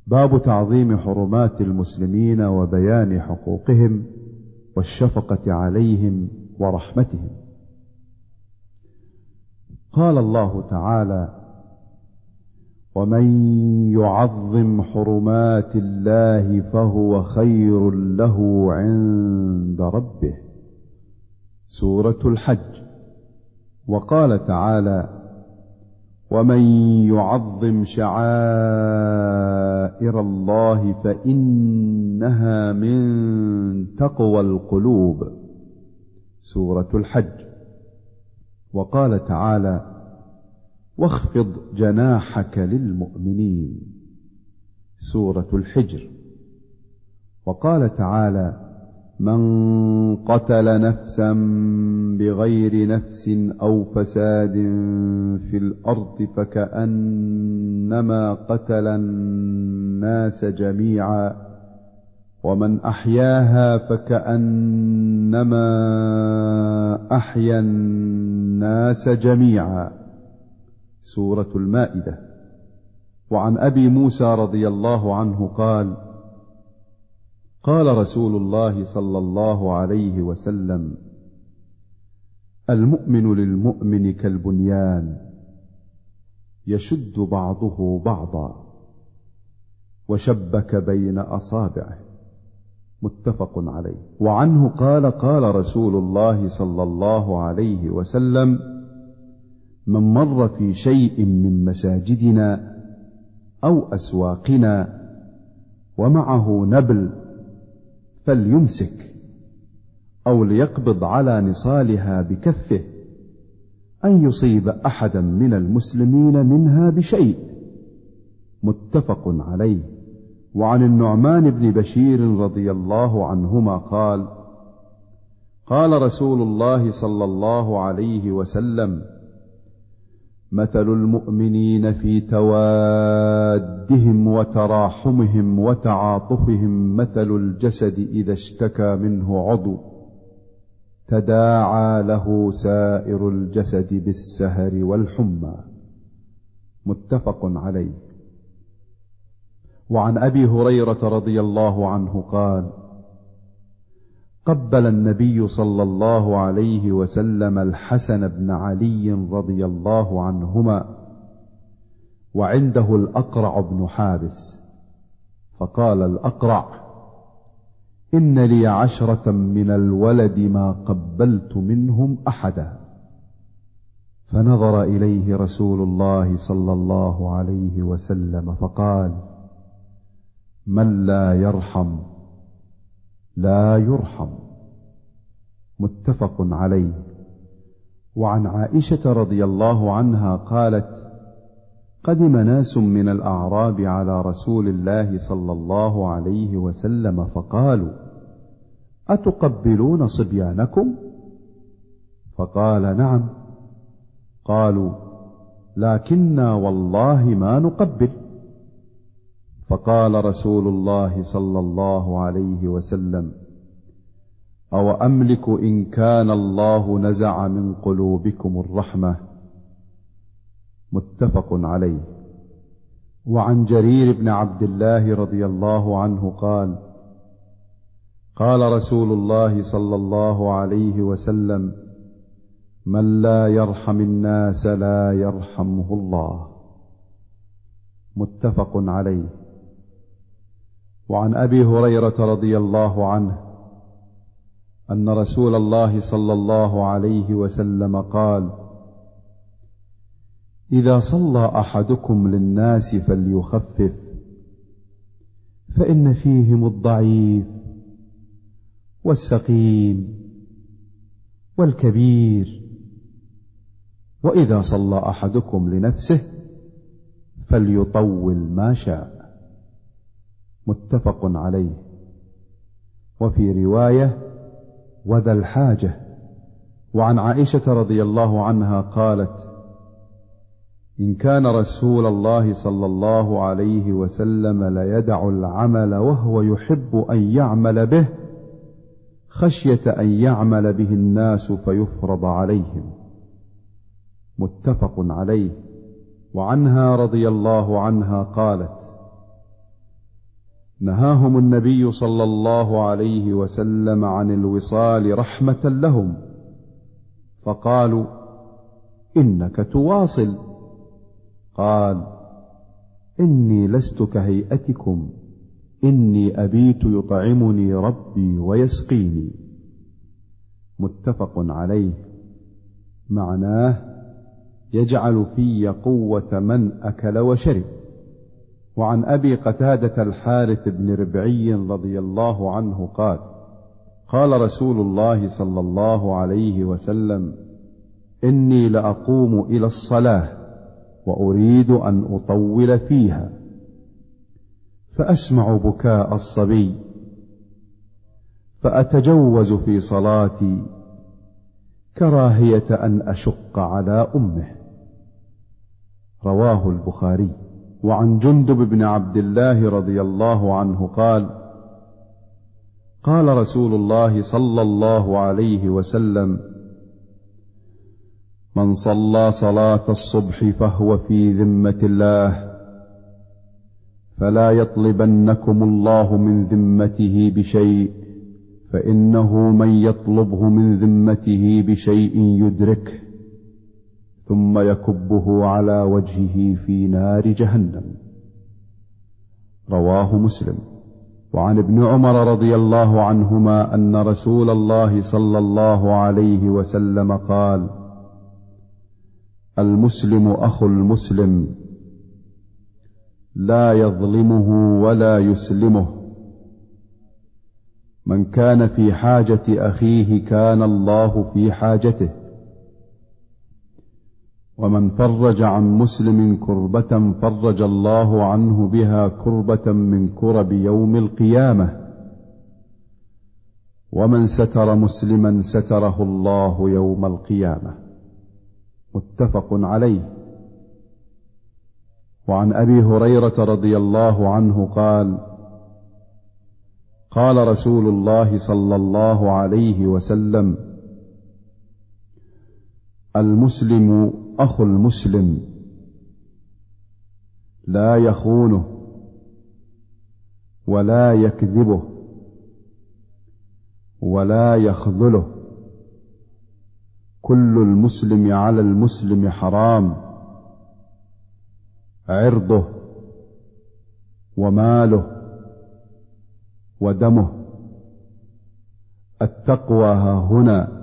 باب تعظيم حرمات المسلمين وبيان حقوقهم والشفقة عليهم ورحمتهم. قال الله تعالى: ومن يعظم حرمات الله فهو خير له عند ربه. سورة الحج. وقال تعالى: ومن يعظم شعائر الله فإنها من تقوى القلوب. سورة الحج. وقال تعالى: واخفض جناحك للمؤمنين. سورة الحجر. وقال تعالى: من قتل نفسا بغير نفس أو فساد في الأرض فكأنما قتل الناس جميعا ومن أحياها فكأنما أحيا الناس جميعا. سورة المائدة. وعن أبي موسى رضي الله عنه قال: قال رسول الله صلى الله عليه وسلم: المؤمن للمؤمن كالبنيان يشد بعضه بعضا وشبك بين أصابعه. متفق عليه. وعنه قال: قال رسول الله صلى الله عليه وسلم: من مر في شيء من مساجدنا أو أسواقنا ومعه نبل فليمسك أو ليقبض على نصالها بكفه أن يصيب أحدا من المسلمين منها بشيء. متفق عليه. وعن النعمان بن بشير رضي الله عنهما قال: قال رسول الله صلى الله عليه وسلم: مثل المؤمنين في توادهم وتراحمهم وتعاطفهم مثل الجسد إذا اشتكى منه عضو تداعى له سائر الجسد بالسهر والحمى. متفق عليه. وعن أبي هريرة رضي الله عنه قال: قبل النبي صلى الله عليه وسلم الحسن بن علي رضي الله عنهما وعنده الأقرع بن حابس، فقال الأقرع: إن لي 10 من الولد ما قبلت منهم أحدا. فنظر إليه رسول الله صلى الله عليه وسلم فقال: من لا يرحم لا يرحم. متفق عليه. وعن عائشة رضي الله عنها قالت: قدم ناس من الأعراب على رسول الله صلى الله عليه وسلم فقالوا: أتقبلون صبيانكم؟ فقال: نعم. قالوا: لكننا والله ما نقبل. فقال رسول الله صلى الله عليه وسلم: أو أملك إن كان الله نزع من قلوبكم الرحمة. متفق عليه. وعن جرير بن عبد الله رضي الله عنه قال: قال رسول الله صلى الله عليه وسلم: من لا يرحم الناس لا يرحمه الله. متفق عليه. وعن أبي هريرة رضي الله عنه أن رسول الله صلى الله عليه وسلم قال: إذا صلى أحدكم للناس فليخفف، فإن فيهم الضعيف والسقيم والكبير، وإذا صلى أحدكم لنفسه فليطول ما شاء. متفق عليه. وفي رواية: وذا الحاجة. وعن عائشة رضي الله عنها قالت: إن كان رسول الله صلى الله عليه وسلم ليدع العمل وهو يحب أن يعمل به خشية أن يعمل به الناس فيفرض عليهم. متفق عليه. وعنها رضي الله عنها قالت: نهاهم النبي صلى الله عليه وسلم عن الوصال رحمة لهم، فقالوا: إنك تواصل. قال: إني لست كهيئتكم، إني أبيت يطعمني ربي ويسقيني. متفق عليه. معناه: يجعل في قوة من أكل وشرب. وعن أبي قتادة الحارث بن ربعي رضي الله عنه قال: قال رسول الله صلى الله عليه وسلم: إني لأقوم إلى الصلاة وأريد أن أطول فيها، فأسمع بكاء الصبي، فأتجوز في صلاتي كراهية أن أشق على أمه. رواه البخاري. وعن جندب بن عبد الله رضي الله عنه قال: قال رسول الله صلى الله عليه وسلم: من صلى صلاة الصبح فهو في ذمة الله، فلا يطلبنكم الله من ذمته بشيء، فإنه من يطلبه من ذمته بشيء يدركه ثم يكبه على وجهه في نار جهنم. رواه مسلم. وعن ابن عمر رضي الله عنهما أن رسول الله صلى الله عليه وسلم قال: المسلم أخو المسلم، لا يظلمه ولا يسلمه. من كان في حاجة أخيه كان الله في حاجته. ومن فرج عن مسلم كربة فرج الله عنه بها كربة من كرب يوم القيامة. ومن ستر مسلما ستره الله يوم القيامة. متفق عليه. وعن أبي هريرة رضي الله عنه قال: قال رسول الله صلى الله عليه وسلم: المسلم أخو المسلم، لا يخونه ولا يكذبه ولا يخذله. كل المسلم على المسلم حرام، عرضه وماله ودمه. التقوى هاهنا: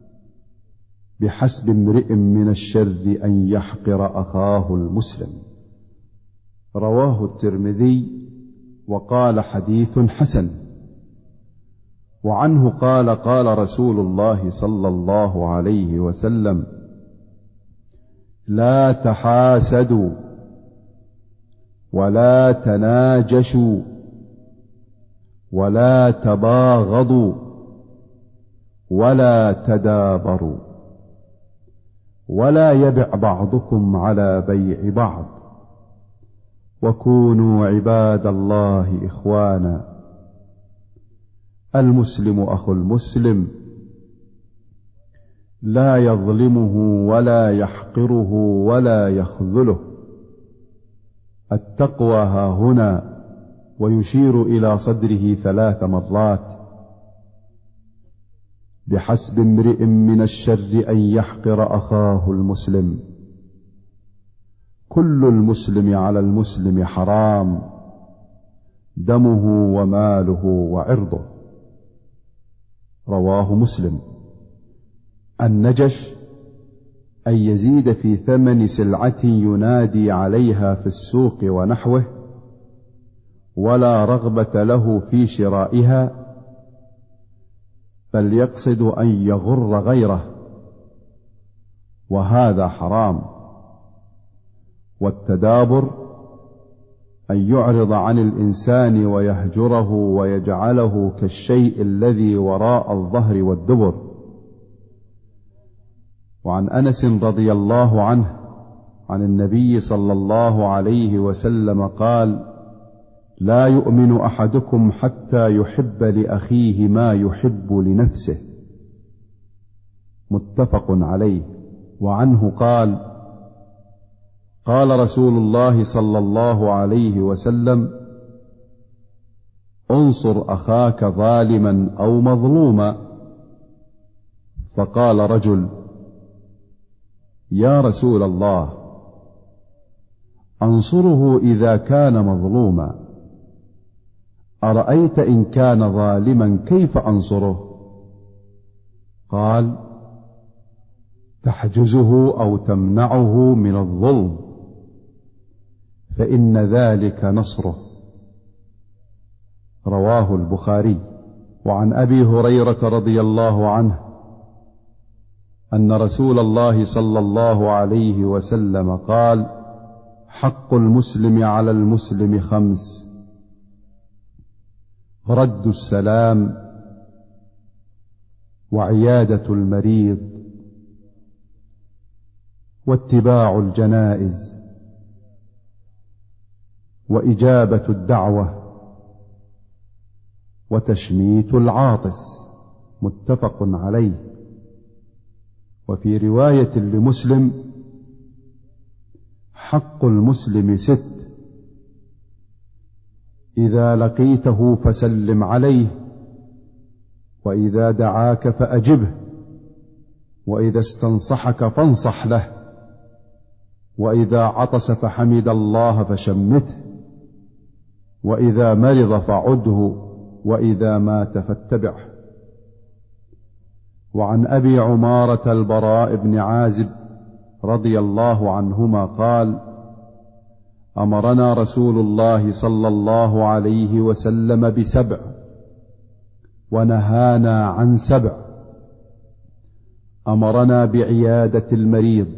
بحسب امرئ من الشر أن يحقر أخاه المسلم. رواه الترمذي وقال: حديث حسن. وعنه قال: قال رسول الله صلى الله عليه وسلم: لا تحاسدوا ولا تناجشوا ولا تباغضوا ولا تدابروا، ولا يبع بعضكم على بيع بعض، وكونوا عباد الله إخوانا. المسلم أخو المسلم، لا يظلمه ولا يحقره ولا يخذله. التقوى هاهنا، ويشير إلى صدره 3 مرات. بحسب امرئ من الشر أن يحقر أخاه المسلم. كل المسلم على المسلم حرام، دمه وماله وعرضه. رواه مسلم. النجش أن يزيد في ثمن سلعة ينادي عليها في السوق ونحوه، ولا رغبة له في شرائها، بل يقصد أن يغر غيره، وهذا حرام. والتدابر أن يعرض عن الإنسان ويهجره ويجعله كالشيء الذي وراء الظهر والدبر. وعن أنس رضي الله عنه عن النبي صلى الله عليه وسلم قال: لا يؤمن أحدكم حتى يحب لأخيه ما يحب لنفسه. متفق عليه. وعنه قال: قال رسول الله صلى الله عليه وسلم: انصر أخاك ظالما أو مظلوما. فقال رجل: يا رسول الله، أنصره إذا كان مظلوما، أرأيت إن كان ظالما كيف أنصره؟ قال: تحجزه أو تمنعه من الظلم، فإن ذلك نصره. رواه البخاري. وعن أبي هريرة رضي الله عنه أن رسول الله صلى الله عليه وسلم قال: حق المسلم على المسلم 5: رد السلام، وعيادة المريض، واتباع الجنائز، وإجابة الدعوة، وتشميت العاطس. متفق عليه. وفي رواية لمسلم: حق المسلم 6: إذا لقيته فسلم عليه، وإذا دعاك فأجبه، وإذا استنصحك فانصح له، وإذا عطس فحمد الله فشمته، وإذا مرض فعده، وإذا مات فاتبعه. وعن أبي عمارة البراء بن عازب رضي الله عنهما قال: أمرنا رسول الله صلى الله عليه وسلم ب7 ونهانا عن 7: أمرنا بعيادة المريض،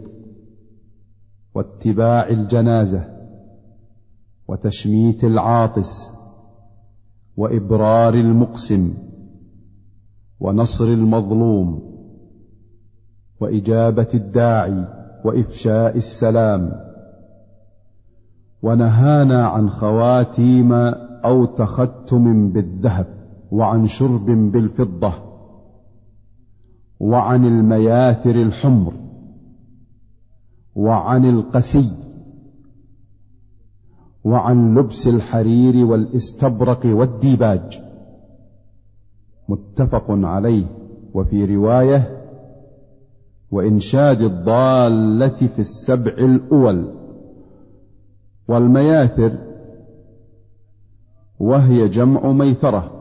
واتباع الجنازة، وتشميت العاطس، وإبرار المقسم، ونصر المظلوم، وإجابة الداعي، وإفشاء السلام. ونهانا عن خواتيم أو تختم بالذهب، وعن شرب بالفضة، وعن المياثر الحمر، وعن القسي، وعن لبس الحرير والاستبرق والديباج. متفق عليه. وفي رواية: وإنشاد الضالة في 7 الأول. والمياثر وهي جمع ميثرة،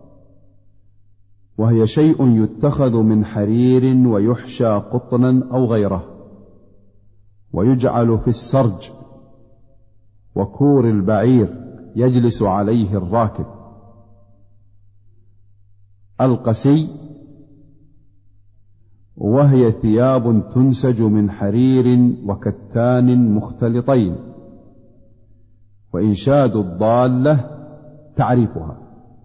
وهي شيء يتخذ من حرير ويحشى قطنا أو غيره، ويجعل في السرج وكور البعير يجلس عليه الراكب. القسي وهي ثياب تنسج من حرير وكتان مختلطين. وإنشاد الضالة تعريفها: